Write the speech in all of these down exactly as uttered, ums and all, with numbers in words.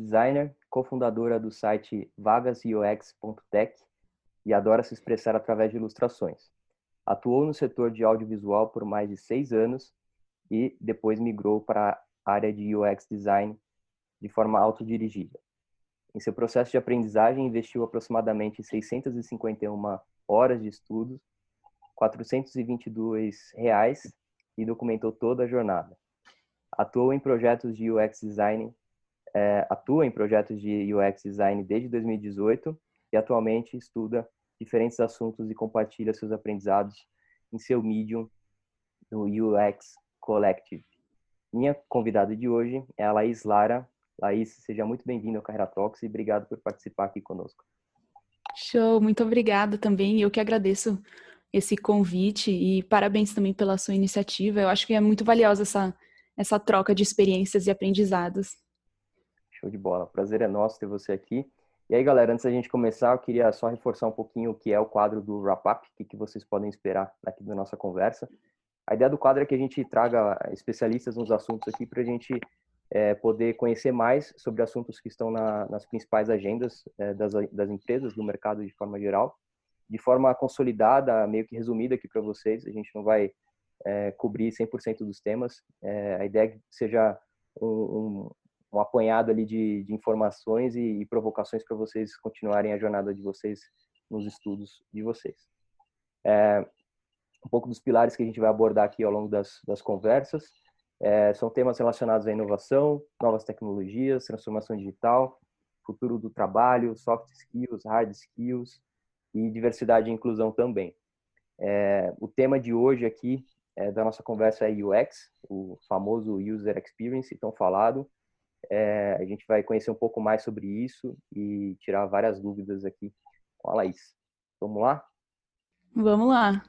designer, cofundadora do site vagas u x ponto tech e adora se expressar através de ilustrações. Atuou no setor de audiovisual por mais de seis anos e depois migrou para a área de U X design de forma autodirigida. Em seu processo de aprendizagem, investiu aproximadamente seiscentas e cinquenta e uma horas de estudos, quatrocentos e vinte e dois reais e documentou toda a jornada. Atuou em projetos de U X design, é, atua em projetos de U X design desde dois mil e dezoito e atualmente estuda diferentes assuntos e compartilha seus aprendizados em seu Medium no U X Collective. Minha convidada de hoje é a Laís Lara. Laís, seja muito bem-vinda ao Carreira Talks e obrigado por participar aqui conosco. Show, muito obrigada também. Eu que agradeço esse convite e parabéns também pela sua iniciativa. Eu acho que é muito valiosa essa, essa troca de experiências e aprendizados. Show de bola. Prazer é nosso ter você aqui. E aí, galera, antes da gente começar, eu queria só reforçar um pouquinho o que é o quadro do Wrap Up, o que vocês podem esperar aqui da nossa conversa. A ideia do quadro é que a gente traga especialistas nos assuntos aqui para a gente é, poder conhecer mais sobre assuntos que estão na, nas principais agendas é, das, das empresas, do mercado de forma geral, de forma consolidada, meio que resumida aqui para vocês. A gente não vai é, cobrir cem por cento dos temas. É, a ideia é que seja um, um, um apanhado ali de, de informações e, e provocações para vocês continuarem a jornada de vocês nos estudos de vocês. É, um pouco dos pilares que a gente vai abordar aqui ao longo das, das conversas. É, são temas relacionados à inovação, novas tecnologias, transformação digital, futuro do trabalho, soft skills, hard skills e diversidade e inclusão também. É, o tema de hoje aqui é, da nossa conversa é U X, o famoso User Experience, tão falado. É, a gente vai conhecer um pouco mais sobre isso e tirar várias dúvidas aqui com a Laís. Vamos lá? Vamos lá.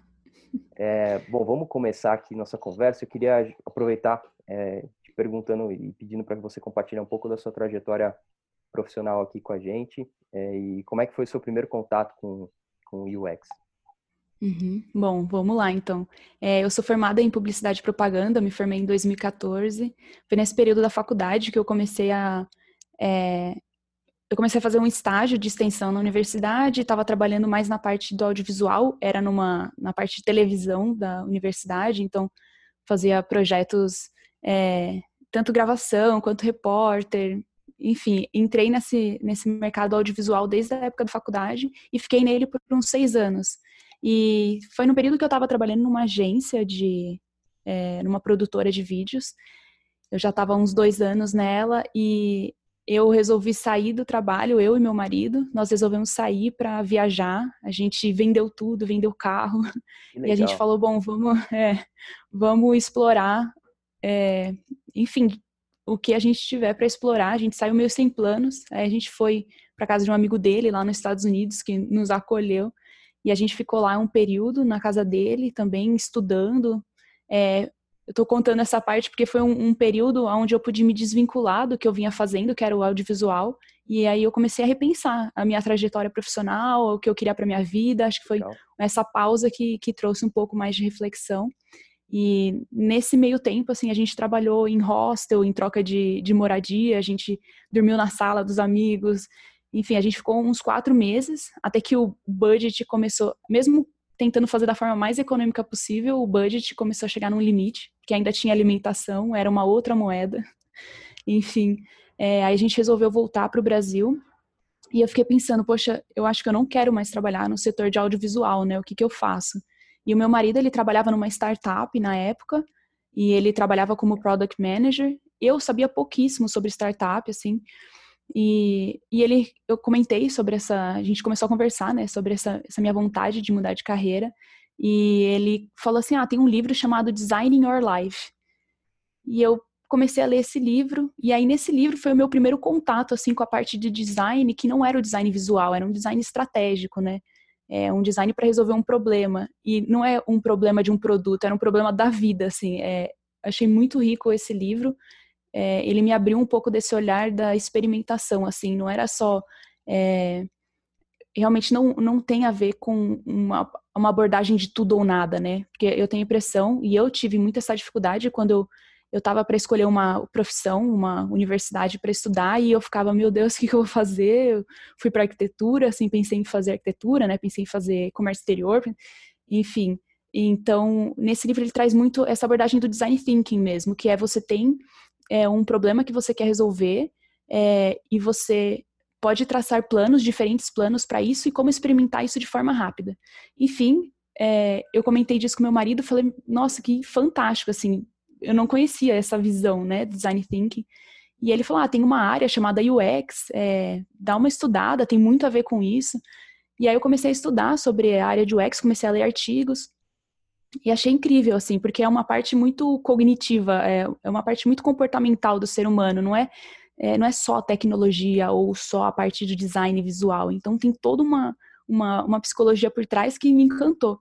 É, bom, vamos começar aqui nossa conversa. Eu queria aproveitar é, te perguntando e pedindo para que você compartilhe um pouco da sua trajetória profissional aqui com a gente é, e como é que foi o seu primeiro contato com, com o U X. Uhum. Bom, vamos lá então. É, eu sou formada em Publicidade e Propaganda, me formei em dois mil e quatorze. Foi nesse período da faculdade que eu comecei a... É, eu comecei a fazer um estágio de extensão na universidade, estava trabalhando mais na parte do audiovisual, era numa, na parte de televisão da universidade, então fazia projetos, é, tanto gravação quanto repórter, enfim, entrei nesse, nesse mercado audiovisual desde a época da faculdade e fiquei nele por uns seis anos. E foi no período que eu estava trabalhando numa agência de, é, numa produtora de vídeos, eu já estava há uns dois anos nela e eu resolvi sair do trabalho, eu e meu marido, nós resolvemos sair para viajar, a gente vendeu tudo, vendeu carro, e a gente falou, bom, vamos, é, vamos explorar, é, enfim, o que a gente tiver para explorar. A gente saiu meio sem planos, aí a gente foi para casa de um amigo dele lá nos Estados Unidos, que nos acolheu, e a gente ficou lá um período na casa dele também, estudando. É, eu estou contando essa parte porque foi um, um período onde eu pude me desvincular do que eu vinha fazendo, que era o audiovisual, e aí eu comecei a repensar a minha trajetória profissional, o que eu queria para minha vida. Acho que foi Legal. essa pausa que, que trouxe um pouco mais de reflexão. E nesse meio tempo, assim, a gente trabalhou em hostel, em troca de, de moradia, a gente dormiu na sala dos amigos, enfim, a gente ficou uns quatro meses, até que o budget começou, mesmo tentando fazer da forma mais econômica possível, o budget começou a chegar num limite, que ainda tinha alimentação, era uma outra moeda, enfim, é, aí a gente resolveu voltar para o Brasil, e eu fiquei pensando, poxa, eu acho que eu não quero mais trabalhar no setor de audiovisual, né, o que que eu faço? E o meu marido, ele trabalhava numa startup na época, e ele trabalhava como product manager. Eu sabia pouquíssimo sobre startup, assim, e, e ele, eu comentei sobre essa, a gente começou a conversar, né, sobre essa, essa minha vontade de mudar de carreira, e ele falou assim, ah, tem um livro chamado Designing Your Life. E eu comecei a ler esse livro, e aí nesse livro foi o meu primeiro contato, assim, com a parte de design, que não era o design visual, era um design estratégico, né, é um design para resolver um problema, e não é um problema de um produto, era um problema da vida, assim, é, achei muito rico esse livro, é, ele me abriu um pouco desse olhar da experimentação, assim, não era só, é, realmente não, não tem a ver com uma, uma abordagem de tudo ou nada, né, porque eu tenho a impressão, e eu tive muita essa dificuldade quando eu eu estava para escolher uma profissão, uma universidade para estudar, e eu ficava, meu Deus, o que, que eu vou fazer? Eu fui para arquitetura, assim, pensei em fazer arquitetura, né? Pensei em fazer comércio exterior, enfim. Então, nesse livro ele traz muito essa abordagem do design thinking mesmo, que é você tem é, um problema que você quer resolver é, e você pode traçar planos, diferentes planos para isso e como experimentar isso de forma rápida. Enfim, é, eu comentei disso com meu marido, falei, nossa, que fantástico, assim, eu não conhecia essa visão, né, do design thinking. E ele falou, ah, tem uma área chamada U X, é, dá uma estudada, tem muito a ver com isso. E aí eu comecei a estudar sobre a área de U X, comecei a ler artigos, e achei incrível, assim, porque é uma parte muito cognitiva, é, é uma parte muito comportamental do ser humano, não é, é, não é só tecnologia ou só a parte de design visual. Então tem toda uma, uma, uma psicologia por trás que me encantou.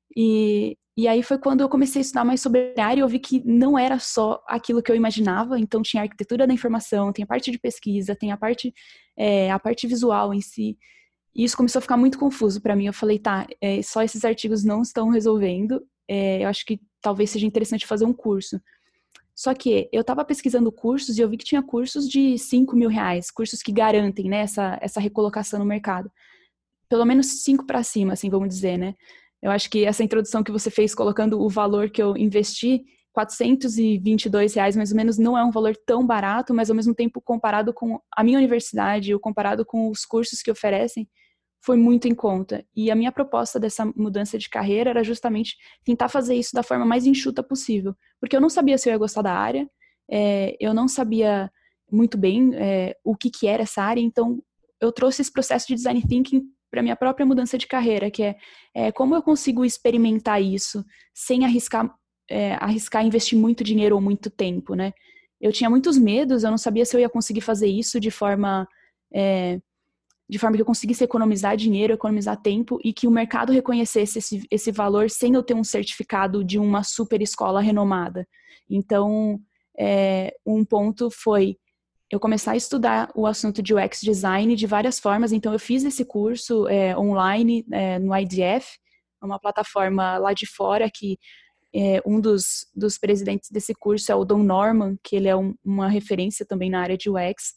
E, e aí foi quando eu comecei a estudar mais sobre a área e eu vi que não era só aquilo que eu imaginava, então tinha a arquitetura da informação, tem a parte de pesquisa, tem a parte, é, a parte visual em si. E isso começou a ficar muito confuso para mim. Eu falei, tá, é, só esses artigos não estão resolvendo, é, eu acho que talvez seja interessante fazer um curso. Só que eu estava pesquisando cursos e eu vi que tinha cursos de cinco mil reais, cursos que garantem, né, essa, essa recolocação no mercado. Pelo menos cinco para cima, assim, vamos dizer, né? Eu acho que essa introdução que você fez colocando o valor que eu investi, quatrocentos e vinte e dois reais mais ou menos, não é um valor tão barato, mas ao mesmo tempo comparado com a minha universidade, ou comparado com os cursos que oferecem, foi muito em conta. E a minha proposta dessa mudança de carreira era justamente tentar fazer isso da forma mais enxuta possível. Porque eu não sabia se eu ia gostar da área, é, eu não sabia muito bem é, o que, que era essa área, então eu trouxe esse processo de design thinking para minha própria mudança de carreira, que é, é como eu consigo experimentar isso sem arriscar, é, arriscar investir muito dinheiro ou muito tempo, né? Eu tinha muitos medos, eu não sabia se eu ia conseguir fazer isso de forma... É, de forma que eu conseguisse economizar dinheiro, economizar tempo e que o mercado reconhecesse esse, esse valor sem eu ter um certificado de uma super escola renomada. Então, é, um ponto foi eu começar a estudar o assunto de U X Design de várias formas. Então, eu fiz esse curso é, online é, no I D F, uma plataforma lá de fora que é, um dos, dos presidentes desse curso é o Don Norman, que ele é um, uma referência também na área de U X.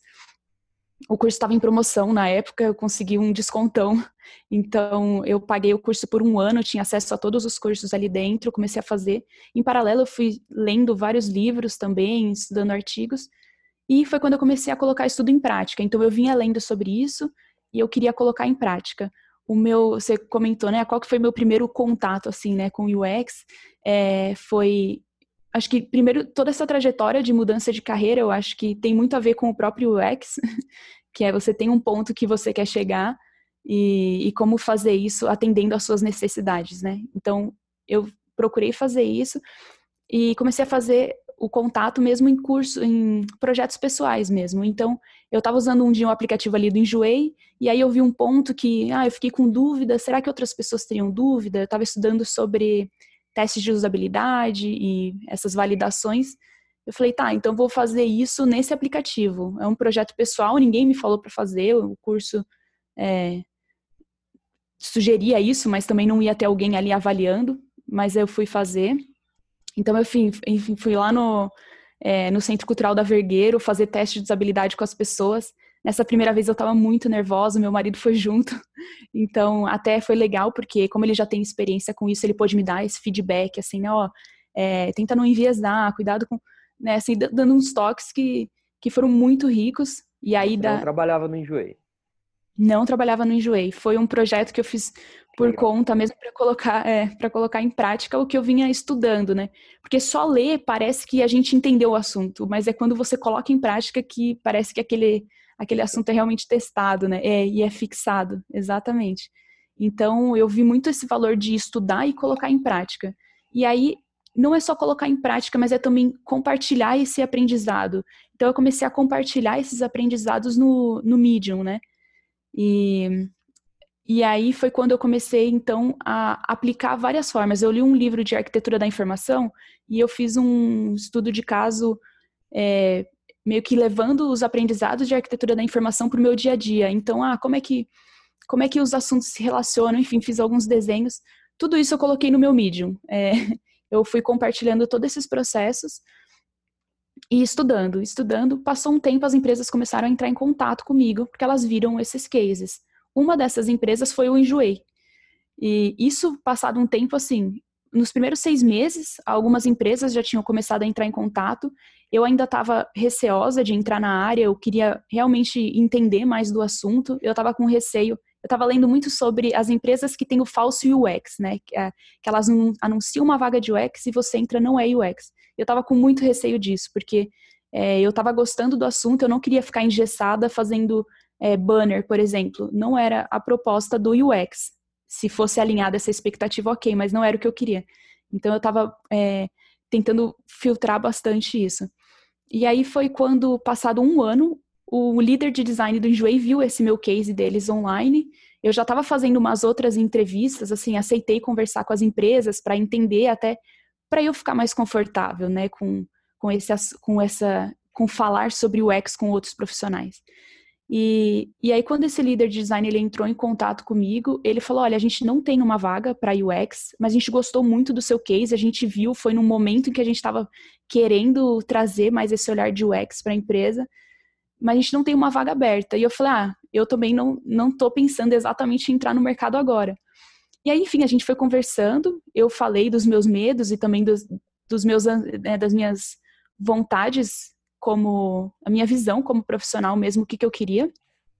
O curso estava em promoção na época, eu consegui um descontão, então eu paguei o curso por um ano, tinha acesso a todos os cursos ali dentro, comecei a fazer. Em paralelo, eu fui lendo vários livros também, estudando artigos, e foi quando eu comecei a colocar estudo em prática. Então eu vinha lendo sobre isso e eu queria colocar em prática. O meu, você comentou, né, qual que foi meu primeiro contato, assim, né, com o U X, é, foi... Acho que, primeiro, toda essa trajetória de mudança de carreira, eu acho que tem muito a ver com o próprio U X, que é você tem um ponto que você quer chegar e, e como fazer isso atendendo às suas necessidades, né? Então, eu procurei fazer isso e comecei a fazer o contato mesmo em curso, em projetos pessoais mesmo. Então, eu estava usando um dia um aplicativo ali do Enjoei, e aí eu vi um ponto que, ah, eu fiquei com dúvida, será que outras pessoas teriam dúvida? Eu estava estudando sobre testes de usabilidade e essas validações. Eu falei, tá, então vou fazer isso nesse aplicativo. É um projeto pessoal, ninguém me falou para fazer, o curso é, sugeria isso, mas também não ia ter alguém ali avaliando, mas eu fui fazer. Então, eu fui, enfim, fui lá no, é, no Centro Cultural da Vergueiro fazer teste de usabilidade com as pessoas. Nessa primeira vez eu estava muito nervosa, meu marido foi junto, então até foi legal, porque como ele já tem experiência com isso, ele pôde me dar esse feedback, assim, né, ó, é, tenta não enviesar, cuidado com, né, assim, dando uns toques que, que foram muito ricos, e aí... Você da... não trabalhava no Enjoei? Não trabalhava no Enjoei, foi um projeto que eu fiz por legal. Conta mesmo para colocar, é, para colocar em prática o que eu vinha estudando, né? Porque só ler parece que a gente entendeu o assunto, mas é quando você coloca em prática que parece que aquele, aquele assunto é realmente testado, né? É, e é fixado, exatamente. Então, eu vi muito esse valor de estudar e colocar em prática. E aí, não é só colocar em prática, mas é também compartilhar esse aprendizado. Então, eu comecei a compartilhar esses aprendizados no, no Medium, né? E, e aí foi quando eu comecei, então, a aplicar várias formas. Eu li um livro de arquitetura da informação e eu fiz um estudo de caso é, meio que levando os aprendizados de arquitetura da informação para o meu dia a dia. Então, ah, como é que, como é que os assuntos se relacionam? Enfim, fiz alguns desenhos. Tudo isso eu coloquei no meu Medium. É, eu fui compartilhando todos esses processos E estudando, estudando, passou um tempo, as empresas começaram a entrar em contato comigo, porque elas viram esses cases. Uma dessas empresas foi o Enjoei. E isso, passado um tempo, assim, nos primeiros seis meses, algumas empresas já tinham começado a entrar em contato. Eu ainda estava receosa de entrar na área, eu queria realmente entender mais do assunto. Eu estava com receio. Eu estava lendo muito sobre as empresas que têm o falso U X, né? Que, é, que elas anunciam uma vaga de U X e você entra, não é U X. Eu estava com muito receio disso, porque é, eu estava gostando do assunto, eu não queria ficar engessada fazendo é, banner, por exemplo. Não era a proposta do U X. Se fosse alinhada essa expectativa, ok, mas não era o que eu queria. Então eu estava é, tentando filtrar bastante isso. E aí foi quando, passado um ano, o líder de design do Enjoei viu esse meu case deles online. Eu já estava fazendo umas outras entrevistas, assim, aceitei conversar com as empresas para entender até, para eu ficar mais confortável, né, com, com, esse, com essa, com falar sobre o U X com outros profissionais. E, e aí, quando esse líder de design ele entrou em contato comigo, ele falou, olha, a gente não tem uma vaga para U X, mas a gente gostou muito do seu case, a gente viu, foi num momento em que a gente estava querendo trazer mais esse olhar de U X para a empresa, mas a gente não tem uma vaga aberta. E eu falei, ah, eu também não não estou pensando exatamente em entrar no mercado agora. E aí, enfim, a gente foi conversando, eu falei dos meus medos e também dos, dos meus, né, das minhas vontades, como a minha visão como profissional mesmo, o que, que eu queria.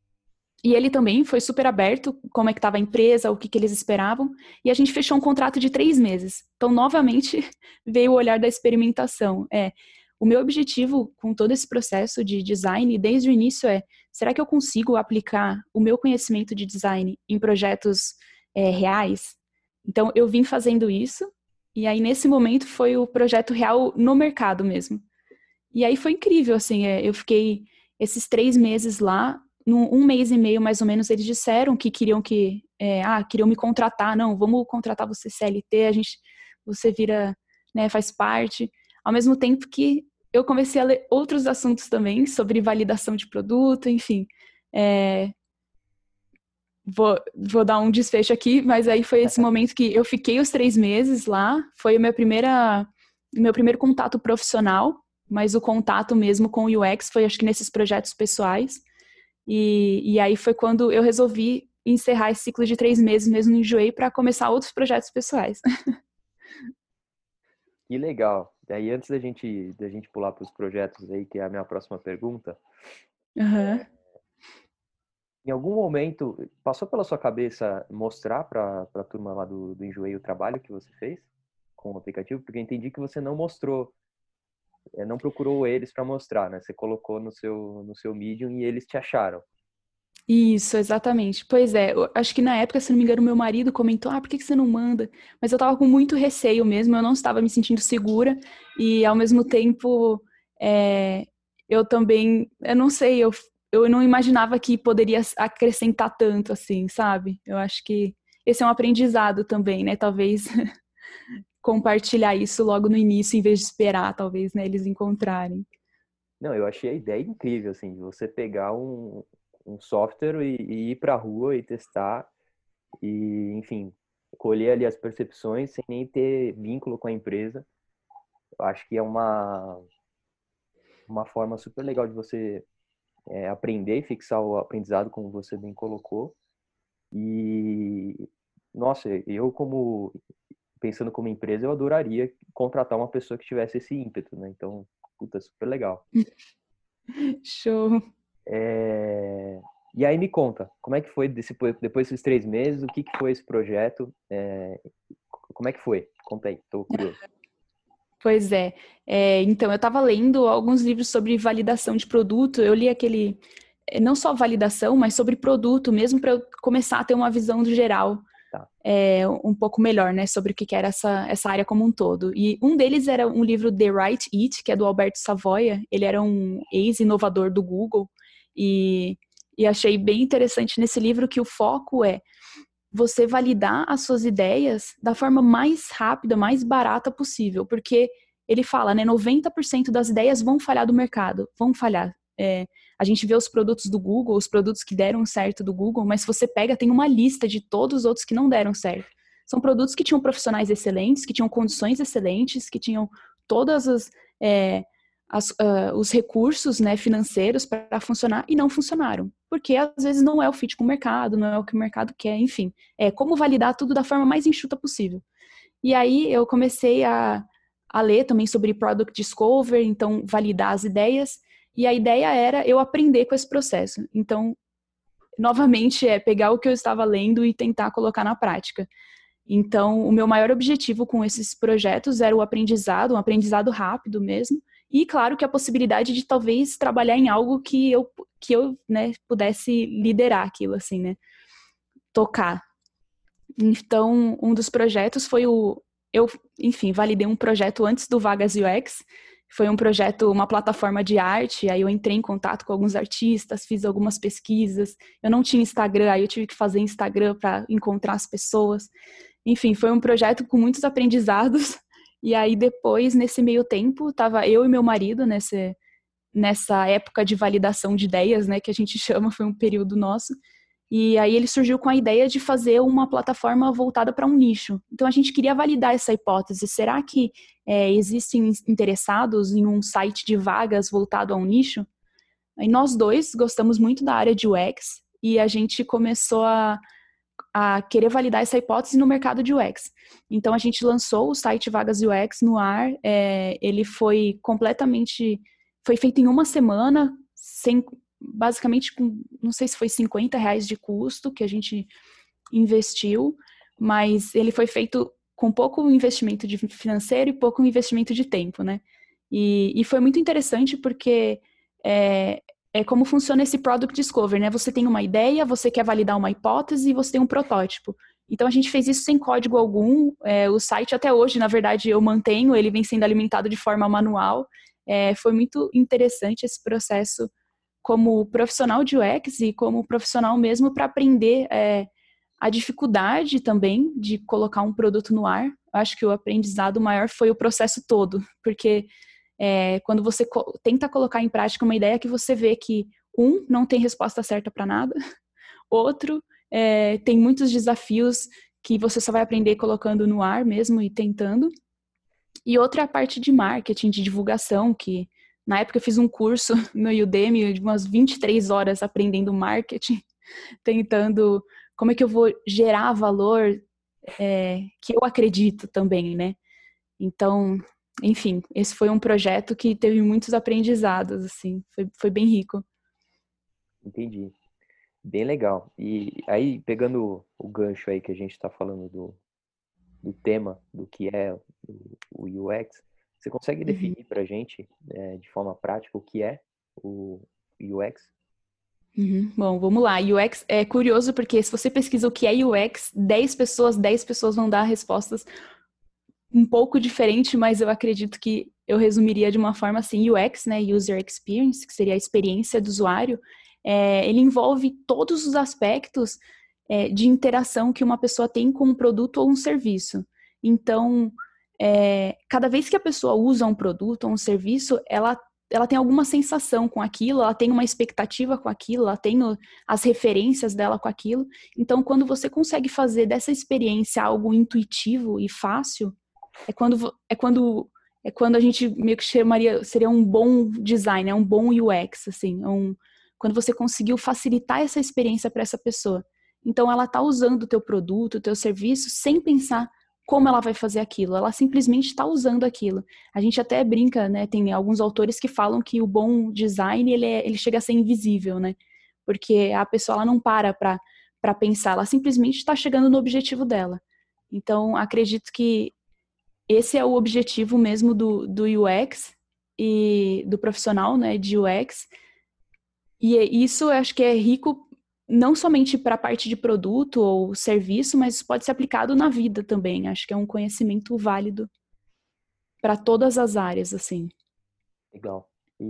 E ele também foi super aberto, como é que estava a empresa, o que, que eles esperavam. E a gente fechou um contrato de três meses. Então, novamente, veio o olhar da experimentação. É, o meu objetivo com todo esse processo de design, desde o início, é, será que eu consigo aplicar o meu conhecimento de design em projetos é, reais? Então, eu vim fazendo isso. E aí, nesse momento, foi o projeto real no mercado mesmo. E aí foi incrível, assim, é, eu fiquei esses três meses lá, num, um mês e meio mais ou menos, eles disseram que queriam que, é, ah, queriam me contratar, não, vamos contratar você C L T, a gente, você vira, né, faz parte, ao mesmo tempo que eu comecei a ler outros assuntos também, sobre validação de produto, enfim, é, vou, vou dar um desfecho aqui, mas aí foi esse momento que eu fiquei os três meses lá, foi a minha primeira, meu primeiro contato profissional, mas o contato mesmo com o U X foi, acho que nesses projetos pessoais. E, e aí foi quando eu resolvi encerrar esse ciclo de três meses mesmo no Enjoei para começar outros projetos pessoais. Que legal. Daí, antes da gente, da gente pular para os projetos aí, que é a minha próxima pergunta, Uhum. em algum momento passou pela sua cabeça mostrar para a turma lá do, do Enjoei o trabalho que você fez com o aplicativo? Porque eu entendi que você não mostrou, não procurou eles para mostrar, né? Você colocou no seu, no seu Medium e eles te acharam. Isso, exatamente. Pois é, eu acho que na época, se não me engano, meu marido comentou, ah, por que que você não manda? Mas eu tava com muito receio mesmo, eu não estava me sentindo segura e, ao mesmo tempo, é, eu também, eu não sei, eu, eu não imaginava que poderia acrescentar tanto assim, sabe? Eu acho que esse é um aprendizado também, né? Talvez compartilhar isso logo no início, em vez de esperar, talvez, né, eles encontrarem. Não, eu achei a ideia incrível, assim, de você pegar um, um software e, e ir para a rua e testar e, enfim, colher ali as percepções sem nem ter vínculo com a empresa. Eu acho que é uma, uma forma super legal de você é, aprender e fixar o aprendizado, como você bem colocou. E, nossa, eu como, pensando como empresa, eu adoraria contratar uma pessoa que tivesse esse ímpeto, né? Então, puta, super legal. Show. É... E aí me conta, como é que foi desse, depois desses três meses, o que, que foi esse projeto? É... Como é que foi? Conta aí, tô curioso. Pois é. É, então, eu estava lendo alguns livros sobre validação de produto. Eu li aquele, não só validação, mas sobre produto, mesmo para eu começar a ter uma visão do geral Tá. é, um pouco melhor, né, sobre o que era essa, essa área como um todo. E um deles era um livro The Right It, que é do Alberto Savoia. Ele era um ex-inovador do Google. E, e achei bem interessante nesse livro que o foco é você validar as suas ideias da forma mais rápida, mais barata possível, porque ele fala, né, noventa por cento das ideias vão falhar do mercado, vão falhar. É, a gente vê os produtos do Google, os produtos que deram certo do Google, mas se você pega, tem uma lista de todos os outros que não deram certo. São produtos que tinham profissionais excelentes, que tinham condições excelentes, que tinham todas as, é, as, uh, os recursos, né, financeiros para funcionar e não funcionaram. Porque às vezes não é o fit com o mercado, não é o que o mercado quer, enfim. É como validar tudo da forma mais enxuta possível. E aí eu comecei a, a ler também sobre Product Discovery, então validar as ideias. E a ideia era eu aprender com esse processo. Então, novamente, é pegar o que eu estava lendo e tentar colocar na prática. Então, o meu maior objetivo com esses projetos era o aprendizado, um aprendizado rápido mesmo, e claro que a possibilidade de talvez trabalhar em algo que eu, que eu né, pudesse liderar aquilo, assim, né? Tocar. Então, um dos projetos foi o... Eu, enfim, validei um projeto antes do Vagas U X. Foi um projeto, uma plataforma de arte, aí eu entrei em contato com alguns artistas, fiz algumas pesquisas. Eu não tinha Instagram, aí eu tive que fazer Instagram para encontrar as pessoas. Enfim, foi um projeto com muitos aprendizados. E aí depois, nesse meio tempo, estava eu e meu marido nesse, nessa época de validação de ideias, né, que a gente chama, foi um período nosso. E aí ele surgiu com a ideia de fazer uma plataforma voltada para um nicho. Então a gente queria validar essa hipótese. Será que é, existem interessados em um site de vagas voltado a um nicho? E nós dois gostamos muito da área de U X e a gente começou a, a querer validar essa hipótese no mercado de U X. Então a gente lançou o site Vagas U X no ar. É, ele foi completamente... Foi feito em uma semana, sem... basicamente com, não sei se foi cinquenta reais de custo que a gente investiu, mas ele foi feito com pouco investimento de financeiro e pouco investimento de tempo, né? E, e foi muito interessante porque é, é como funciona esse Product Discovery, né? Você tem uma ideia, você quer validar uma hipótese e você tem um protótipo. Então a gente fez isso sem código algum, é, o site até hoje, na verdade, eu mantenho, ele vem sendo alimentado de forma manual. É, foi muito interessante esse processo como profissional de U X e como profissional mesmo para aprender é, a dificuldade também de colocar um produto no ar. Acho que o aprendizado maior foi o processo todo, porque é, quando você co- tenta colocar em prática uma ideia que você vê que, um, não tem resposta certa para nada, outro, é, tem muitos desafios que você só vai aprender colocando no ar mesmo e tentando, e outra é a parte de marketing, de divulgação, que na época eu fiz um curso no Udemy de umas vinte e três horas aprendendo marketing, tentando como é que eu vou gerar valor é, que eu acredito também, né? Então, enfim, esse foi um projeto que teve muitos aprendizados, assim, foi, foi bem rico. Entendi. Bem legal. E aí, pegando o gancho aí que a gente está falando do, do tema, do que é o, o U X, você consegue Uhum. definir para a gente, é, de forma prática, o que é o U X? Uhum. Bom, vamos lá. U X é curioso porque se você pesquisa o que é U X, dez pessoas, dez pessoas vão dar respostas um pouco diferente, mas eu acredito que eu resumiria de uma forma assim, U X, né, User Experience, que seria a experiência do usuário, é, ele envolve todos os aspectos é, de interação que uma pessoa tem com um produto ou um serviço. Então, é, cada vez que a pessoa usa um produto ou um serviço, ela ela tem alguma sensação com aquilo, ela tem uma expectativa com aquilo, ela tem o, as referências dela com aquilo. Então, quando você consegue fazer dessa experiência algo intuitivo e fácil, é quando, é quando, é quando a gente meio que chamaria, seria um bom design, é um bom U X, assim, é um, quando você conseguiu facilitar essa experiência para essa pessoa. Então, ela está usando o teu produto, o teu serviço, sem pensar como ela vai fazer aquilo, ela simplesmente está usando aquilo. A gente até brinca, né, tem alguns autores que falam que o bom design, ele, é, ele chega a ser invisível, né, porque a pessoa ela não para para pensar, ela simplesmente está chegando no objetivo dela. Então, acredito que esse é o objetivo mesmo do, do U X e do profissional, né, de U X. E isso eu acho que é rico não somente para a parte de produto ou serviço, mas pode ser aplicado na vida também. Acho que é um conhecimento válido para todas as áreas, assim. Legal.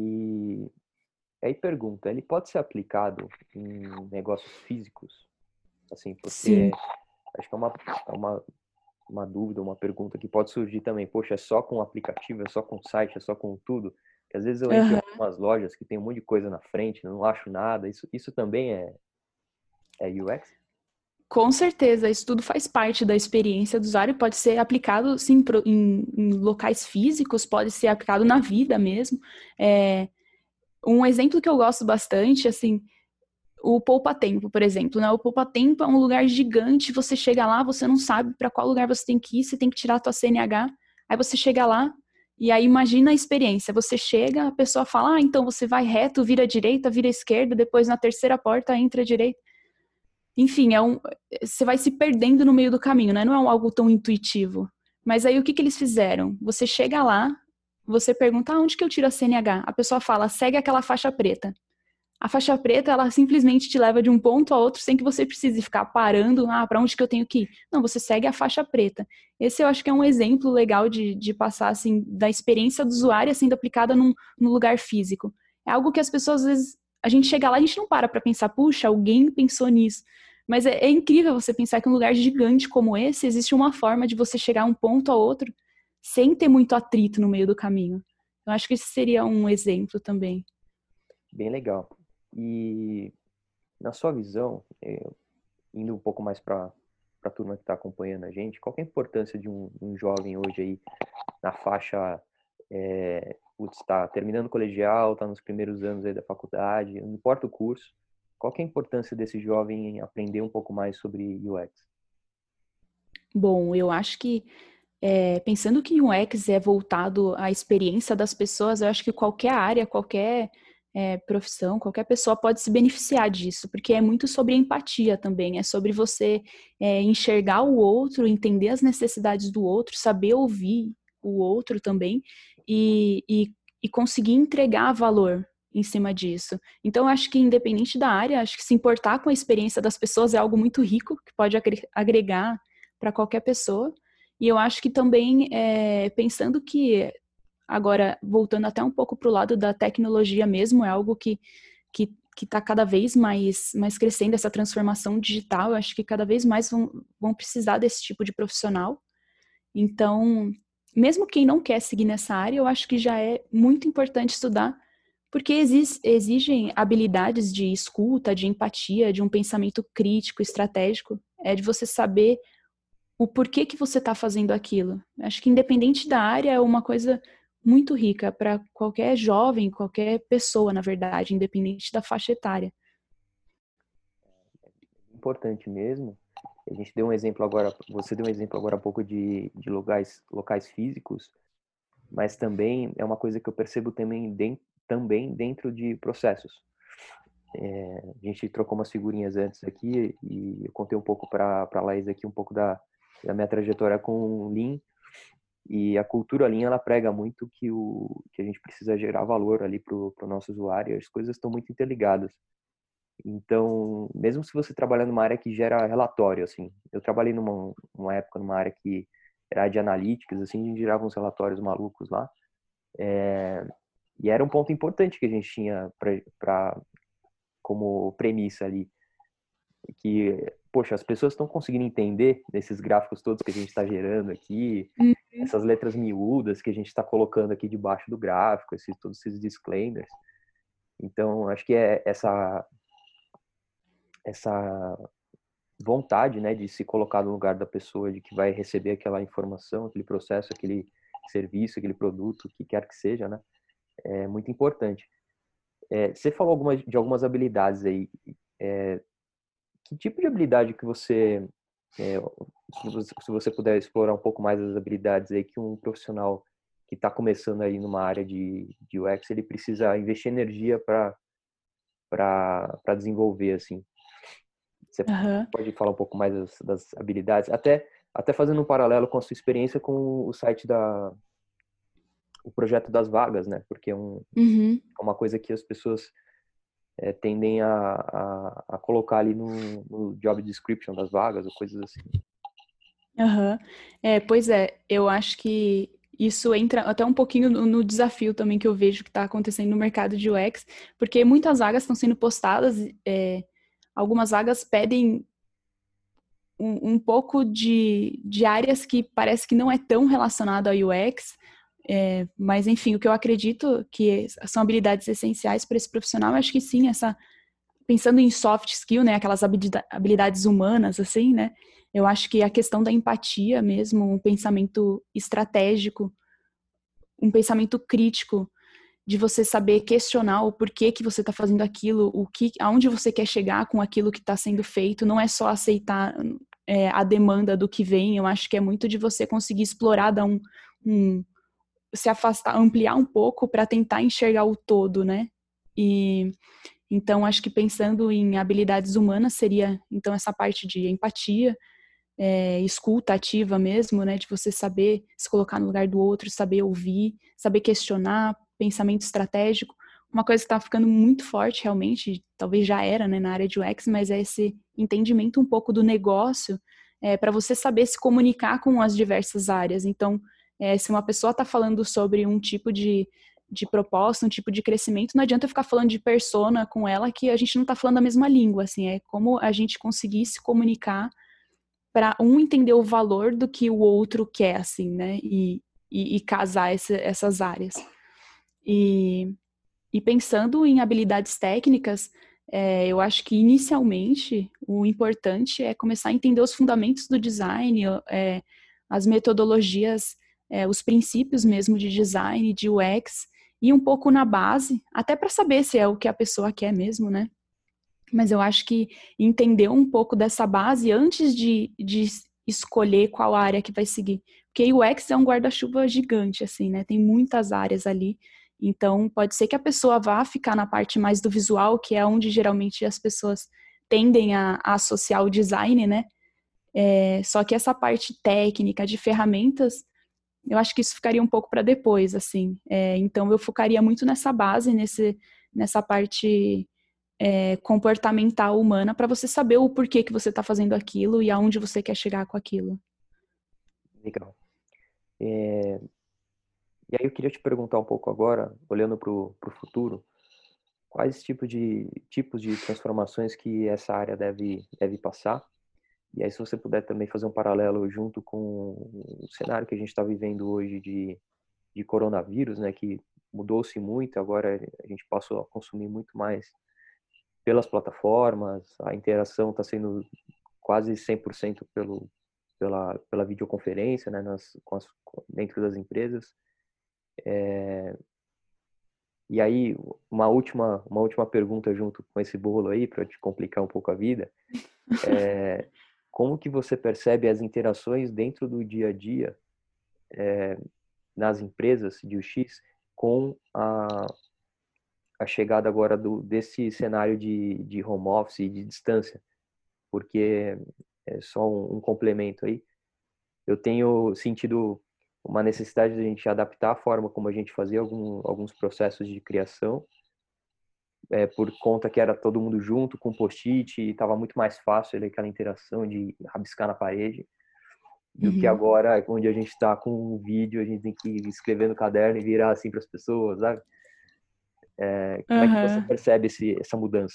E aí pergunta, ele pode ser aplicado em negócios físicos? Assim, Sim. porque acho que é uma, é uma, uma dúvida, uma pergunta que pode surgir também. Poxa, é só com o aplicativo, é só com o site, é só com tudo? Porque às vezes eu entro em Uhum. algumas lojas que tem um monte de coisa na frente, não acho nada. Isso, isso também é, é U X? Com certeza, isso tudo faz parte da experiência do usuário, pode ser aplicado, sim, pro, em, em locais físicos, pode ser aplicado na vida mesmo. É, um exemplo que eu gosto bastante, assim, o poupa-tempo, por exemplo, né? O poupa-tempo é um lugar gigante, você chega lá, você não sabe para qual lugar você tem que ir, você tem que tirar a tua C N H, aí você chega lá, e aí imagina a experiência, você chega, a pessoa fala, ah, então você vai reto, vira à direita, vira à esquerda, depois na terceira porta entra à direita. Enfim, é um, você vai se perdendo no meio do caminho, né? Não é um, algo tão intuitivo. Mas aí o que, que eles fizeram? Você chega lá, você pergunta, ah, onde que eu tiro a C N H? A pessoa fala, segue aquela faixa preta. A faixa preta, ela simplesmente te leva de um ponto a outro sem que você precise ficar parando, ah, para onde que eu tenho que ir? Não, você segue a faixa preta. Esse eu acho que é um exemplo legal de, de passar, assim, da experiência do usuário sendo aplicada num, num lugar físico. É algo que as pessoas, às vezes, a gente chega lá e a gente não para para pensar, puxa, alguém pensou nisso. Mas é, é incrível você pensar que um lugar gigante como esse, existe uma forma de você chegar a um ponto a outro sem ter muito atrito no meio do caminho. Eu acho que esse seria um exemplo também. Bem legal. E na sua visão, é, indo um pouco mais para a turma que está acompanhando a gente, qual que é a importância de um, um jovem hoje aí na faixa, é, está terminando o colegial, está nos primeiros anos aí da faculdade, não importa o curso, qual que é a importância desse jovem em aprender um pouco mais sobre U X? Bom, eu acho que É, pensando que o U X é voltado à experiência das pessoas, eu acho que qualquer área, qualquer é, profissão, qualquer pessoa pode se beneficiar disso, porque é muito sobre empatia também, é sobre você é, enxergar o outro, entender as necessidades do outro, saber ouvir o outro também e, e, e conseguir entregar valor em cima disso. Então, eu acho que independente da área, acho que se importar com a experiência das pessoas é algo muito rico, que pode agregar para qualquer pessoa. E eu acho que também, é, pensando que, agora, voltando até um pouco para o lado da tecnologia mesmo, é algo que que que está cada vez mais, mais crescendo, essa transformação digital, eu acho que cada vez mais vão, vão precisar desse tipo de profissional. Então, mesmo quem não quer seguir nessa área, eu acho que já é muito importante estudar, porque exis, exigem habilidades de escuta, de empatia, de um pensamento crítico, estratégico, é de você saber o porquê que você está fazendo aquilo. Acho que independente da área é uma coisa muito rica para qualquer jovem, qualquer pessoa, na verdade, independente da faixa etária. Importante mesmo. A gente deu um exemplo agora, você deu um exemplo agora há pouco de, de locais, locais físicos, mas também é uma coisa que eu percebo também, de, também dentro de processos. É, a gente trocou umas figurinhas antes aqui e eu contei um pouco para a Laís aqui, um pouco da, da minha trajetória com o Lean, e a cultura Lean, ela prega muito que, o, que a gente precisa gerar valor ali para o nosso usuário, as coisas estão muito interligadas. Então, mesmo se você trabalhar numa área que gera relatório, assim, eu trabalhei numa uma época numa área que era de analíticas, assim, a gente gerava uns relatórios malucos lá, é, e era um ponto importante que a gente tinha para como premissa ali, que, poxa, as pessoas estão conseguindo entender nesses gráficos todos que a gente está gerando aqui, uhum. essas letras miúdas que a gente está colocando aqui debaixo do gráfico, esses, todos esses disclaimers. Então, acho que é essa essa vontade, né, de se colocar no lugar da pessoa, de que vai receber aquela informação, aquele processo, aquele serviço, aquele produto, o que quer que seja, né, é muito importante. É, você falou algumas, de algumas habilidades aí. É, que tipo de habilidade que você, é, se você puder explorar um pouco mais as habilidades aí que um profissional que está começando aí numa área de, de U X, ele precisa investir energia para para desenvolver, assim? Você uhum. pode falar um pouco mais das, das habilidades, até, até fazendo um paralelo com a sua experiência com o site da o projeto das vagas, né? Porque é um, uhum. uma coisa que as pessoas é, tendem a, a, a colocar ali no, no job description das vagas ou coisas assim. Uhum. É, pois é, eu acho que isso entra até um pouquinho no, no desafio também que eu vejo que está acontecendo no mercado de U X, porque muitas vagas estão sendo postadas, é, algumas vagas pedem um, um pouco de, de áreas que parece que não é tão relacionado ao U X, é, mas enfim, o que eu acredito que são habilidades essenciais para esse profissional, eu acho que sim, essa pensando em soft skill, né, aquelas habilidades humanas, assim, né, eu acho que a questão da empatia mesmo, um pensamento estratégico, um pensamento crítico, de você saber questionar o porquê que você está fazendo aquilo, o que, aonde você quer chegar com aquilo que está sendo feito, não é só aceitar é, a demanda do que vem, eu acho que é muito de você conseguir explorar, dar um, um se afastar, ampliar um pouco para tentar enxergar o todo, né? E então acho que pensando em habilidades humanas seria então essa parte de empatia, é, escuta ativa mesmo, né? De você saber se colocar no lugar do outro, saber ouvir, saber questionar, pensamento estratégico. Uma coisa que está ficando muito forte realmente, talvez já era, né, na área de U X, mas é esse entendimento um pouco do negócio, é, para você saber se comunicar com as diversas áreas. Então, é, se uma pessoa está falando sobre um tipo de, de proposta, um tipo de crescimento, não adianta eu ficar falando de persona com ela que a gente não está falando a mesma língua, assim, é como a gente conseguir se comunicar para um entender o valor do que o outro quer, assim, né, e, e, e casar essa, essas áreas. E, e pensando em habilidades técnicas, é, eu acho que inicialmente o importante é começar a entender os fundamentos do design, é, as metodologias, é, os princípios mesmo de design, de U X, e um pouco na base, até para saber se é o que a pessoa quer mesmo, né? Mas eu acho que entender um pouco dessa base antes de, de escolher qual área que vai seguir. Porque o U X é um guarda-chuva gigante, assim, né? Tem muitas áreas ali. Então, pode ser que a pessoa vá ficar na parte mais do visual, que é onde geralmente as pessoas tendem a, a associar o design, né? É, só que essa parte técnica, de ferramentas, eu acho que isso ficaria um pouco para depois, assim. É, então, eu focaria muito nessa base, nesse, nessa parte é, comportamental humana, para você saber o porquê que você está fazendo aquilo e aonde você quer chegar com aquilo. Legal. É... E aí eu queria te perguntar um pouco agora, olhando para o futuro, quais tipos de, tipos de transformações que essa área deve, deve passar? E aí se você puder também fazer um paralelo junto com o cenário que a gente está vivendo hoje de, de coronavírus, né, que mudou-se muito, agora a gente passou a consumir muito mais pelas plataformas, a interação está sendo quase cem por cento pelo, pela, pela videoconferência, né, nas, com as, dentro das empresas. É, e aí, uma última, uma última pergunta junto com esse bolo aí, para te complicar um pouco a vida. É, como que você percebe as interações dentro do dia a dia é, nas empresas de U X com a, a chegada agora do, desse cenário de, de home office e de distância? Porque, é só um, um complemento aí, eu tenho sentido uma necessidade de a gente adaptar a forma como a gente fazia algum, alguns processos de criação, é, por conta que era todo mundo junto com post-it e estava muito mais fácil ali, aquela interação de rabiscar na parede, do que Uhum. agora, onde a gente está com um vídeo, a gente tem que escrever no caderno e virar assim para as pessoas, sabe? É, como é que você Uhum. percebe esse, essa mudança?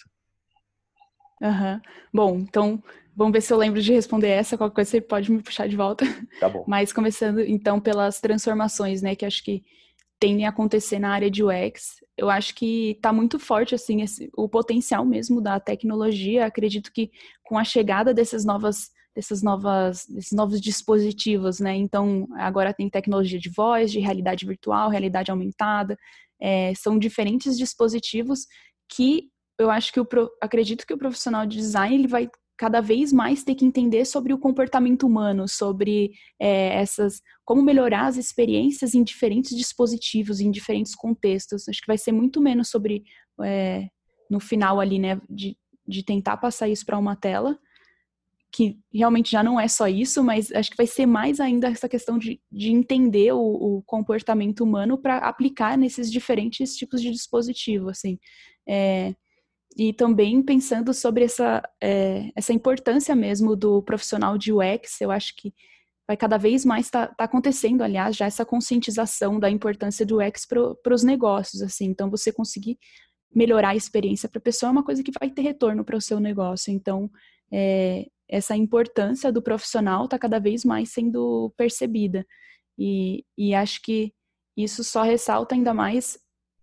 Uhum. Bom, então vamos ver se eu lembro de responder essa. Qualquer coisa você pode me puxar de volta. Tá bom. Mas começando então pelas transformações, né, que acho que tendem a acontecer na área de U X. Eu acho que está muito forte assim esse, o potencial mesmo da tecnologia. Acredito que com a chegada dessas novas dessas novas desses novos dispositivos, né? Então agora tem tecnologia de voz, de realidade virtual, realidade aumentada. É, são diferentes dispositivos que eu acho que o acredito que o profissional de design ele vai cada vez mais ter que entender sobre o comportamento humano, sobre é, essas como melhorar as experiências em diferentes dispositivos, em diferentes contextos. Acho que vai ser muito menos sobre é, no final ali, né, de, de tentar passar isso para uma tela, que realmente já não é só isso, mas acho que vai ser mais ainda essa questão de, de entender o, o comportamento humano para aplicar nesses diferentes tipos de dispositivo, assim. É, e também pensando sobre essa, é, essa importância mesmo do profissional de U X, eu acho que vai cada vez mais estar tá, tá acontecendo, aliás, já essa conscientização da importância do U X para os negócios, assim. Então, você conseguir melhorar a experiência para a pessoa é uma coisa que vai ter retorno para o seu negócio. Então, é, essa importância do profissional está cada vez mais sendo percebida. E, e acho que isso só ressalta ainda mais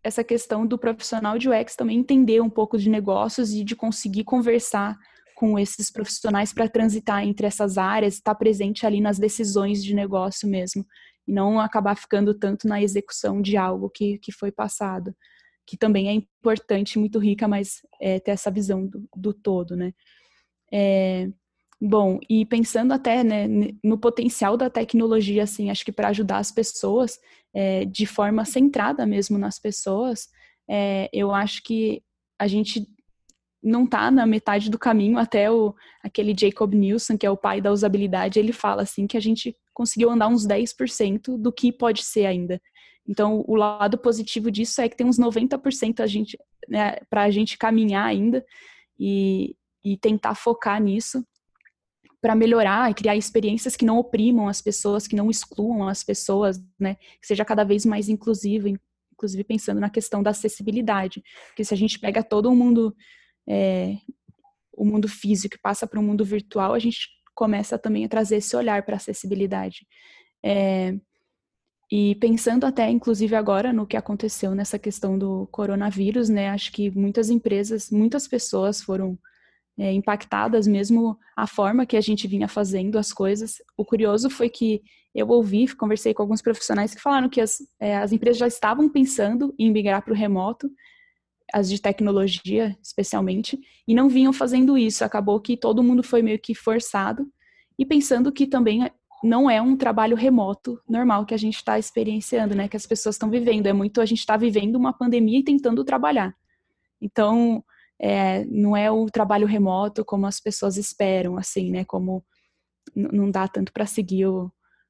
essa questão do profissional de U X também entender um pouco de negócios e de conseguir conversar com esses profissionais para transitar entre essas áreas, estar presente ali nas decisões de negócio mesmo, e não acabar ficando tanto na execução de algo que, que foi passado, que também é importante, muito rica, mas é, ter essa visão do, do todo, né? É, bom, e pensando até, né, no potencial da tecnologia, assim, acho que para ajudar as pessoas, é, de forma centrada mesmo nas pessoas, é, eu acho que a gente não está na metade do caminho. Até o, aquele Jacob Nielsen, que é o pai da usabilidade, ele fala assim que a gente conseguiu andar uns dez por cento do que pode ser ainda. Então, o lado positivo disso é que tem uns noventa por cento a gente, né, para a gente caminhar ainda e, e tentar focar nisso para melhorar e criar experiências que não oprimam as pessoas, que não excluam as pessoas, né, que seja cada vez mais inclusivo, inclusive pensando na questão da acessibilidade. Porque se a gente pega todo o mundo É, o mundo físico e passa para o mundo virtual, a gente começa também a trazer esse olhar para a acessibilidade. É, e pensando até, inclusive agora, no que aconteceu nessa questão do coronavírus, né, acho que muitas empresas, muitas pessoas foram é, impactadas, mesmo a forma que a gente vinha fazendo as coisas. O curioso foi que eu ouvi, conversei com alguns profissionais que falaram que as, é, as empresas já estavam pensando em migrar para o remoto, as de tecnologia, especialmente, e não vinham fazendo isso. Acabou que todo mundo foi meio que forçado, e pensando que também não é um trabalho remoto normal que a gente está experienciando, né, que as pessoas estão vivendo. É muito, a gente está vivendo uma pandemia e tentando trabalhar. Então, é, não é o trabalho remoto como as pessoas esperam, assim, né, como não dá tanto para seguir o,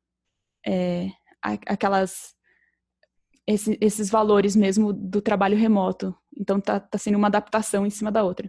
é, aquelas... Esse, esses valores mesmo do trabalho remoto. Então, tá, tá sendo uma adaptação em cima da outra.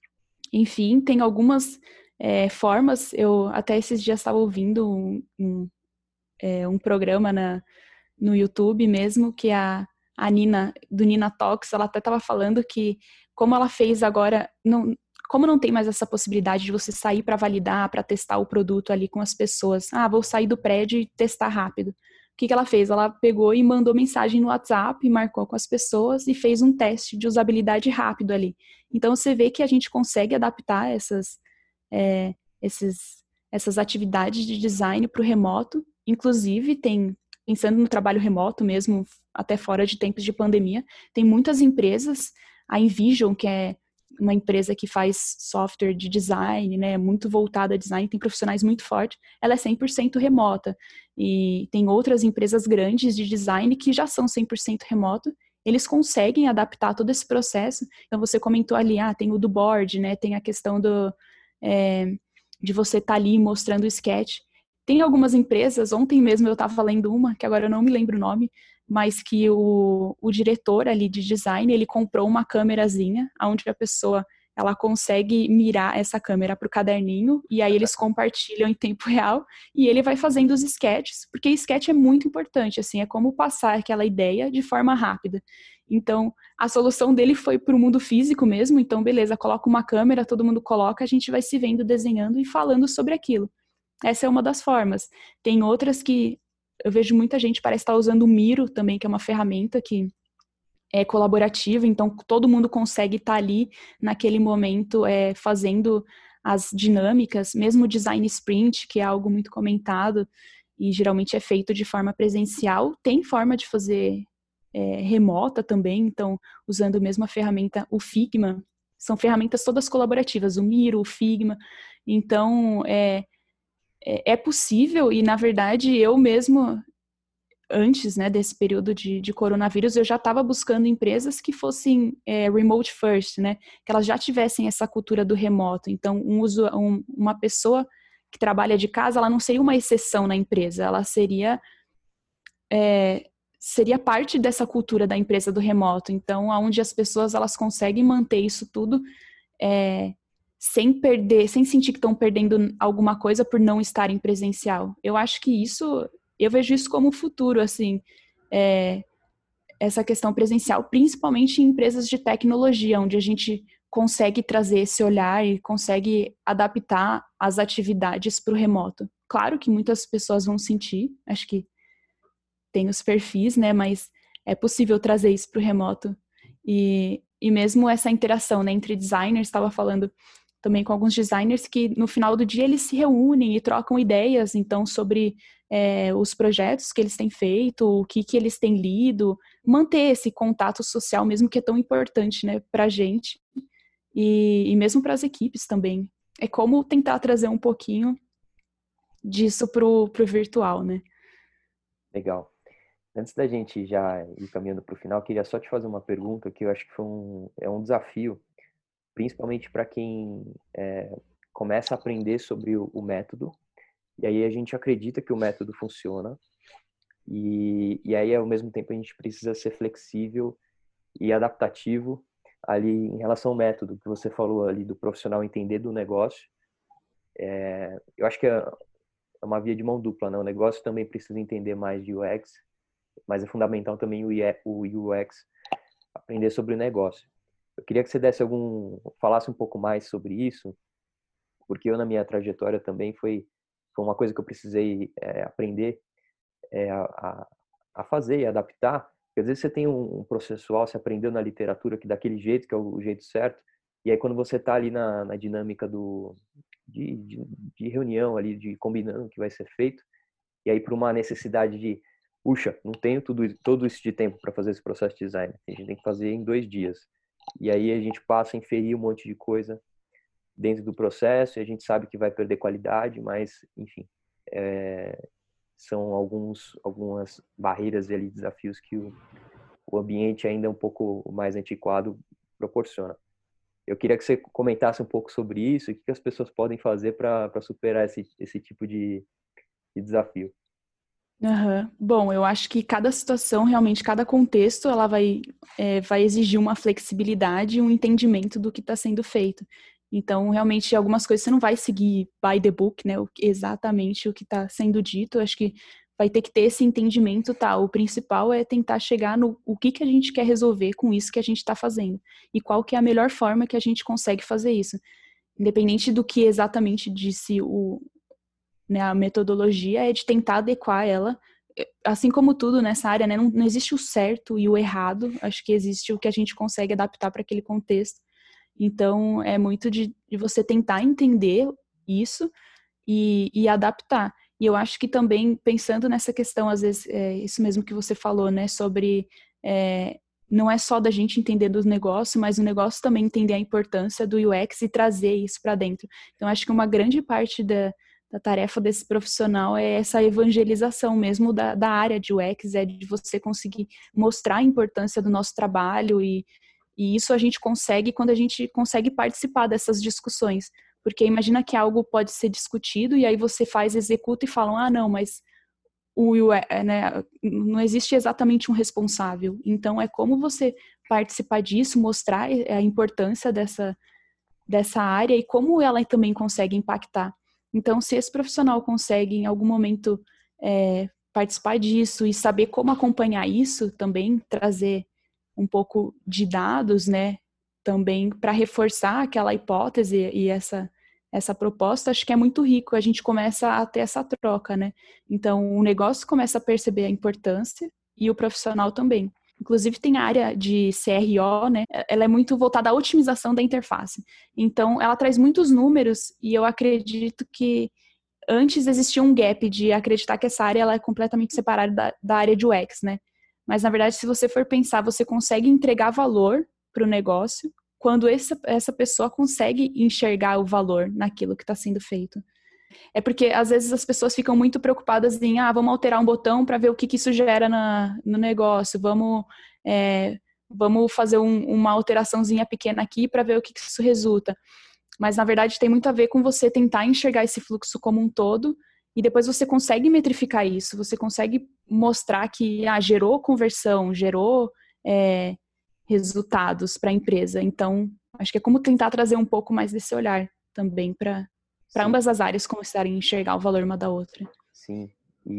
Enfim, tem algumas é, formas. Eu até esses dias estava ouvindo um, um, é, um programa na, no YouTube mesmo, que a, a Nina, do Nina Talks, ela até estava falando que como ela fez agora... Não, como não tem mais essa possibilidade de você sair para validar, para testar o produto ali com as pessoas. Ah, vou sair do prédio e testar rápido. O que, que ela fez? Ela pegou e mandou mensagem no WhatsApp, marcou com as pessoas e fez um teste de usabilidade rápido ali. Então, você vê que a gente consegue adaptar essas, é, esses, essas atividades de design para o remoto. Inclusive, tem, pensando no trabalho remoto mesmo, até fora de tempos de pandemia, tem muitas empresas, a Envision, que é uma empresa que faz software de design, né, muito voltada a design, tem profissionais muito fortes, ela é cem por cento remota. E tem outras empresas grandes de design que já são cem por cento remoto, eles conseguem adaptar todo esse processo. Então, você comentou ali, ah, tem o do board, né, tem a questão do, é, de você estar tá ali mostrando o sketch. Tem algumas empresas, ontem mesmo eu estava lendo uma, que agora eu não me lembro o nome, mas que o, o diretor ali de design, ele comprou uma câmerazinha, onde a pessoa, ela consegue mirar essa câmera para o caderninho, e aí eles compartilham em tempo real, e ele vai fazendo os sketches, porque sketch é muito importante, assim, é como passar aquela ideia de forma rápida. Então, a solução dele foi para o mundo físico mesmo, então, beleza, coloca uma câmera, todo mundo coloca, a gente vai se vendo, desenhando e falando sobre aquilo. Essa é uma das formas. Tem outras que eu vejo muita gente parece estar usando o Miro também, que é uma ferramenta que é colaborativa, então todo mundo consegue estar ali naquele momento é, fazendo as dinâmicas, mesmo o design sprint, que é algo muito comentado e geralmente é feito de forma presencial, tem forma de fazer é, remota também, então usando mesmo a ferramenta, o Figma, são ferramentas todas colaborativas, o Miro, o Figma, então é, é possível, e na verdade eu mesmo, antes, né, desse período de, de coronavírus, eu já estava buscando empresas que fossem é, remote first, né, que elas já tivessem essa cultura do remoto. Então, um uso, um, uma pessoa que trabalha de casa, ela não seria uma exceção na empresa, ela seria, é, seria parte dessa cultura da empresa do remoto. Então, onde as pessoas elas conseguem manter isso tudo é, sem perder, sem sentir que estão perdendo alguma coisa por não estarem presencial. Eu acho que isso, eu vejo isso como o futuro, assim, é, essa questão presencial, principalmente em empresas de tecnologia, onde a gente consegue trazer esse olhar e consegue adaptar as atividades para o remoto. Claro que muitas pessoas vão sentir, acho que tem os perfis, né, mas é possível trazer isso para o remoto. E, e mesmo essa interação, né, entre designers, estava falando também com alguns designers que no final do dia eles se reúnem e trocam ideias, então, sobre é, os projetos que eles têm feito, o que, que eles têm lido, manter esse contato social mesmo que é tão importante, né, para a gente e, e mesmo para as equipes também. É como tentar trazer um pouquinho disso pro, pro virtual, né? Legal. Antes da gente já ir caminhando para o final, queria só te fazer uma pergunta que eu acho que foi um, é um desafio, principalmente para quem é, começa a aprender sobre o, o método, e aí a gente acredita que o método funciona, e, e aí ao mesmo tempo a gente precisa ser flexível e adaptativo ali em relação ao método que você falou ali do profissional entender do negócio. É, eu acho que é uma via de mão dupla, né? O negócio também precisa entender mais de U X, mas é fundamental também o U X aprender sobre o negócio. Eu queria que você desse algum, falasse um pouco mais sobre isso, porque eu na minha trajetória também foi, foi uma coisa que eu precisei é, aprender é, a, a fazer e adaptar. Porque às vezes você tem um, um processual, você aprendeu na literatura que daquele jeito, que é o jeito certo, e aí quando você está ali na, na dinâmica do, de, de, de reunião ali, de combinando o que vai ser feito, e aí por uma necessidade de, puxa, não tenho tudo, todo isso de tempo para fazer esse processo de design, a gente tem que fazer em dois dias. E aí a gente passa a inferir um monte de coisa dentro do processo e a gente sabe que vai perder qualidade, mas, enfim, é, são alguns, algumas barreiras e desafios que o, o ambiente ainda um pouco mais antiquado proporciona. Eu queria que você comentasse um pouco sobre isso e o que as pessoas podem fazer para superar esse, esse tipo de, de desafio. Uhum. Bom, eu acho que cada situação, realmente, cada contexto, ela vai, é, vai exigir uma flexibilidade e um entendimento do que está sendo feito. Então, realmente, algumas coisas você não vai seguir by the book, né? Exatamente o que está sendo dito. Eu acho que vai ter que ter esse entendimento, tá? O principal é tentar chegar no o que, que a gente quer resolver com isso que a gente está fazendo. E qual que é a melhor forma que a gente consegue fazer isso. Independente do que exatamente disse o, né, a metodologia é de tentar adequar ela, assim como tudo nessa área, né, não, não existe o certo e o errado, acho que existe o que a gente consegue adaptar para aquele contexto. Então, é muito de, de você tentar entender isso e, e adaptar. E eu acho que também, pensando nessa questão, às vezes, é isso mesmo que você falou, né, sobre é, não é só da gente entender do negócio, mas o negócio também entender a importância do U X e trazer isso para dentro. Então, acho que uma grande parte da, da tarefa desse profissional é essa evangelização mesmo da, da área de U X, é de você conseguir mostrar a importância do nosso trabalho e, e isso a gente consegue quando a gente consegue participar dessas discussões. Porque imagina que algo pode ser discutido e aí você faz, executa e falam, ah, não, mas o, né, não existe exatamente um responsável. Então, é como você participar disso, mostrar a importância dessa, dessa área e como ela também consegue impactar. Então, se esse profissional consegue, em algum momento, é, participar disso e saber como acompanhar isso também, trazer um pouco de dados, né, também para reforçar aquela hipótese e essa essa proposta, acho que é muito rico. A gente começa a ter essa troca, né? Então, o negócio começa a perceber a importância e o profissional também. Inclusive, tem a área de C R O, né? Ela é muito voltada à otimização da interface. Então, ela traz muitos números e eu acredito que antes existia um gap de acreditar que essa área ela é completamente separada da, da área de U X, né? Mas, na verdade, se você for pensar, você consegue entregar valor para o negócio quando essa, essa pessoa consegue enxergar o valor naquilo que está sendo feito. É porque, às vezes, as pessoas ficam muito preocupadas em, ah, vamos alterar um botão para ver o que, que isso gera na, no negócio, vamos, é, vamos fazer um, uma alteraçãozinha pequena aqui para ver o que, que isso resulta. Mas, na verdade, tem muito a ver com você tentar enxergar esse fluxo como um todo e depois você consegue metrificar isso, você consegue mostrar que ah, gerou conversão, gerou é, resultados para a empresa. Então, acho que é como tentar trazer um pouco mais desse olhar também para para Sim, ambas as áreas começarem a enxergar o valor uma da outra. sim.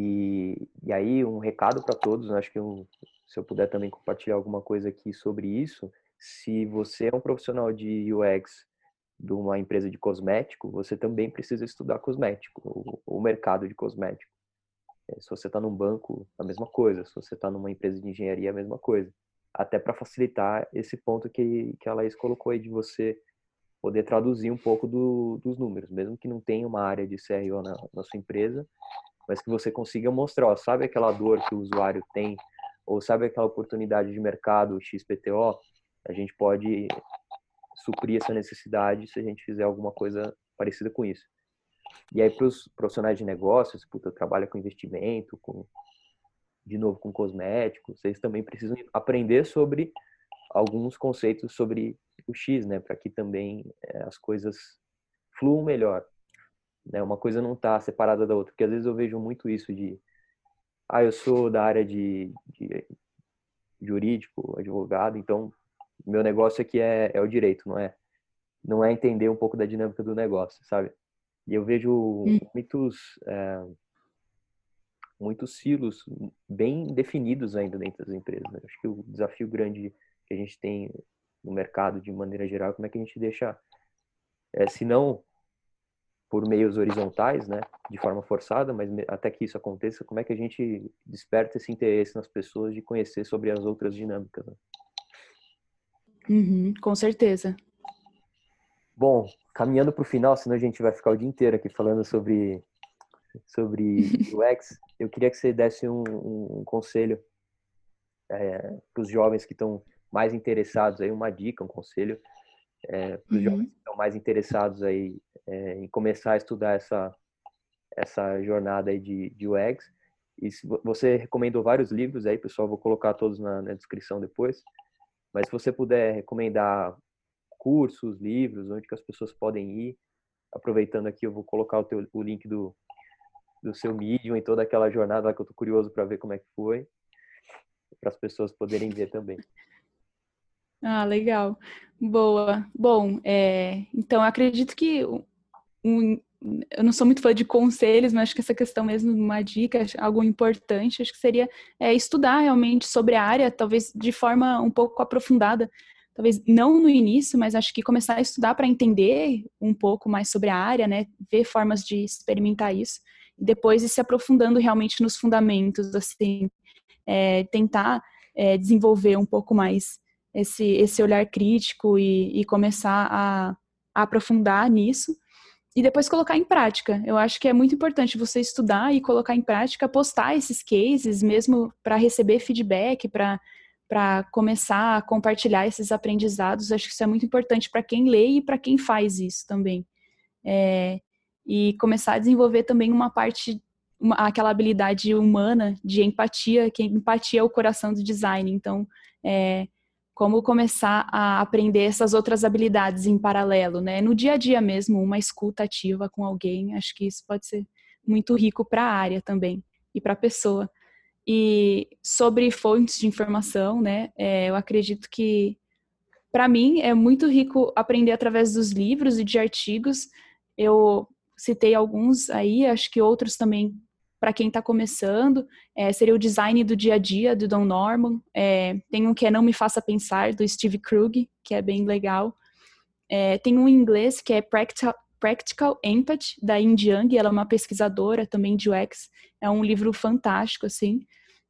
E, e aí, um recado para todos, né? Acho que eu, se eu puder também compartilhar alguma coisa aqui sobre isso, se você é um profissional de U X de uma empresa de cosmético, você também precisa estudar cosmético, o, o mercado de cosmético. Se você está num banco, a mesma coisa. Se você está numa empresa de engenharia, a mesma coisa. Até para facilitar esse ponto que, que a Laís colocou aí de você poder traduzir um pouco do, dos números, mesmo que não tenha uma área de C R O na, na sua empresa, mas que você consiga mostrar, ó, sabe aquela dor que o usuário tem, ou sabe aquela oportunidade de mercado X P T O, a gente pode suprir essa necessidade se a gente fizer alguma coisa parecida com isso. E aí, para os profissionais de negócios, puta, trabalha com investimento, com, de novo, com cosméticos, vocês também precisam aprender sobre alguns conceitos sobre o X, né? Para que também é, as coisas fluam melhor. Né? Uma coisa não está separada da outra. Porque às vezes eu vejo muito isso de... Ah, eu sou da área de, de jurídico, advogado, então meu negócio aqui é, é o direito, não é? Não é entender um pouco da dinâmica do negócio, sabe? E eu vejo Hum. muitos, é, muitos silos bem definidos ainda dentro das empresas. Né? Acho que o desafio grande que a gente tem no mercado, de maneira geral, é como é que a gente deixa, é, se não por meios horizontais, né, de forma forçada, mas até que isso aconteça, como é que a gente desperta esse interesse nas pessoas de conhecer sobre as outras dinâmicas. Né? Uhum, com certeza. Bom, caminhando para o final, senão a gente vai ficar o dia inteiro aqui falando sobre, sobre U X, eu queria que você desse um, um, um conselho é, para os jovens que estão mais interessados, aí uma dica, um conselho, é, para os jovens Uhum. que estão mais interessados aí, é, em começar a estudar essa, essa jornada aí de, de U X. E se você recomendou vários livros aí, pessoal, vou colocar todos na, na descrição depois. Mas se você puder recomendar cursos, livros, onde que as pessoas podem ir, aproveitando aqui, eu vou colocar o, teu, o link do, do seu Medium e toda aquela jornada que eu tô curioso para ver como é que foi, para as pessoas poderem ver também. Ah, legal. Boa. Bom, é, então eu acredito que um, eu não sou muito fã de conselhos, mas acho que essa questão mesmo, uma dica, algo importante, acho que seria é, estudar realmente sobre a área, talvez de forma um pouco aprofundada. Talvez não no início, mas acho que começar a estudar para entender um pouco mais sobre a área, né? Ver formas de experimentar isso. E depois ir se aprofundando realmente nos fundamentos, assim, é, tentar é, desenvolver um pouco mais esse, esse olhar crítico e, e começar a, a aprofundar nisso. E depois colocar em prática. Eu acho que é muito importante você estudar e colocar em prática, postar esses cases mesmo para receber feedback, para para começar a compartilhar esses aprendizados. Acho que isso é muito importante para quem lê e para quem faz isso também. É, e começar a desenvolver também uma parte, uma, aquela habilidade humana de empatia, que empatia é o coração do design. Então, é, como começar a aprender essas outras habilidades em paralelo, né? No dia a dia mesmo, uma escuta ativa com alguém, acho que isso pode ser muito rico para a área também e para a pessoa. E sobre fontes de informação, né? É, eu acredito que, para mim, é muito rico aprender através dos livros e de artigos. Eu citei alguns aí, acho que outros também, para quem está começando, é, seria o Design do Dia a Dia, do Don Norman. É, tem um que é Não Me Faça Pensar, do Steve Krug, que é bem legal. É, tem um em inglês que é Practical, Practical Empathy, da Yin Yang, ela é uma pesquisadora também de U X. É um livro fantástico, assim.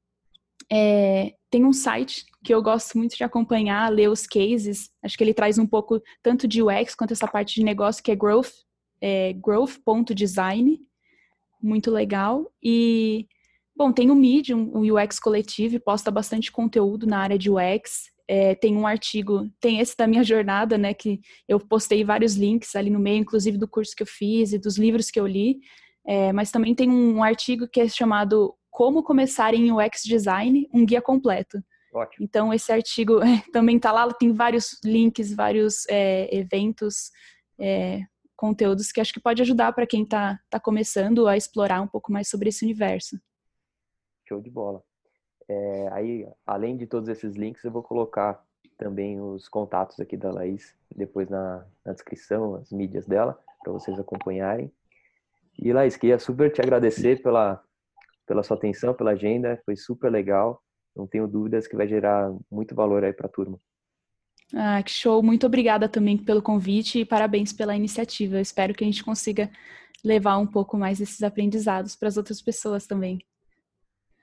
É, tem um site que eu gosto muito de acompanhar, ler os cases. Acho que ele traz um pouco tanto de U X quanto essa parte de negócio, que é growth, é, growth ponto design. Muito legal. E, bom, tem o Medium, o U X Coletivo, posta bastante conteúdo na área de U X. É, tem um artigo, tem esse da minha jornada, né, que eu postei vários links ali no meio, inclusive do curso que eu fiz e dos livros que eu li. É, mas também tem um artigo que é chamado Como Começar em U X Design, um guia completo. Ótimo. Então, esse artigo é, também está lá, tem vários links, vários é, eventos, é, conteúdos que acho que pode ajudar para quem está tá começando a explorar um pouco mais sobre esse universo. Show de bola. É, aí, além de todos esses links, eu vou colocar também os contatos aqui da Laís, depois na, na descrição, as mídias dela, para vocês acompanharem. E, Laís, queria super te agradecer pela, pela sua atenção, pela agenda, foi super legal. Não tenho dúvidas que vai gerar muito valor aí para a turma. Ah, que show. Muito obrigada também pelo convite e parabéns pela iniciativa. Eu espero que a gente consiga levar um pouco mais desses aprendizados para as outras pessoas também.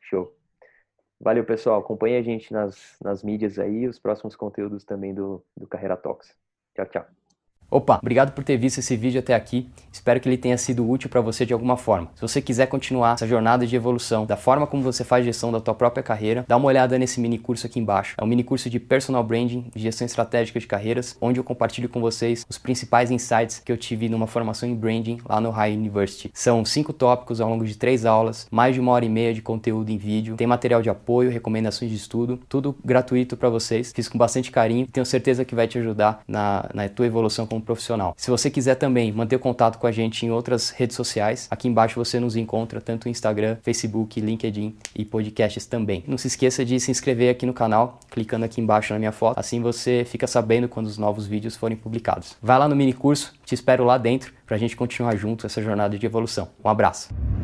Show. Valeu, pessoal. Acompanhe a gente nas, nas mídias aí, os próximos conteúdos também do, do Carreira Talks. Tchau, tchau. Opa, obrigado por ter visto esse vídeo até aqui. Espero que ele tenha sido útil para você de alguma forma. Se você quiser continuar essa jornada de evolução da forma como você faz gestão da tua própria carreira, dá uma olhada nesse mini curso aqui embaixo. É um mini curso de Personal Branding, de gestão estratégica de carreiras, onde eu compartilho com vocês os principais insights que eu tive numa formação em Branding lá no High University. São cinco tópicos ao longo de três aulas, mais de uma hora e meia de conteúdo em vídeo, tem material de apoio, recomendações de estudo, tudo gratuito para vocês. Fiz com bastante carinho e tenho certeza que vai te ajudar na, na tua evolução como profissional. Se você quiser também manter contato com a gente em outras redes sociais, aqui embaixo você nos encontra tanto no Instagram, Facebook, LinkedIn e podcasts também. Não se esqueça de se inscrever aqui no canal, clicando aqui embaixo na minha foto, assim você fica sabendo quando os novos vídeos forem publicados. Vai lá no mini curso, te espero lá dentro para a gente continuar junto essa jornada de evolução. Um abraço!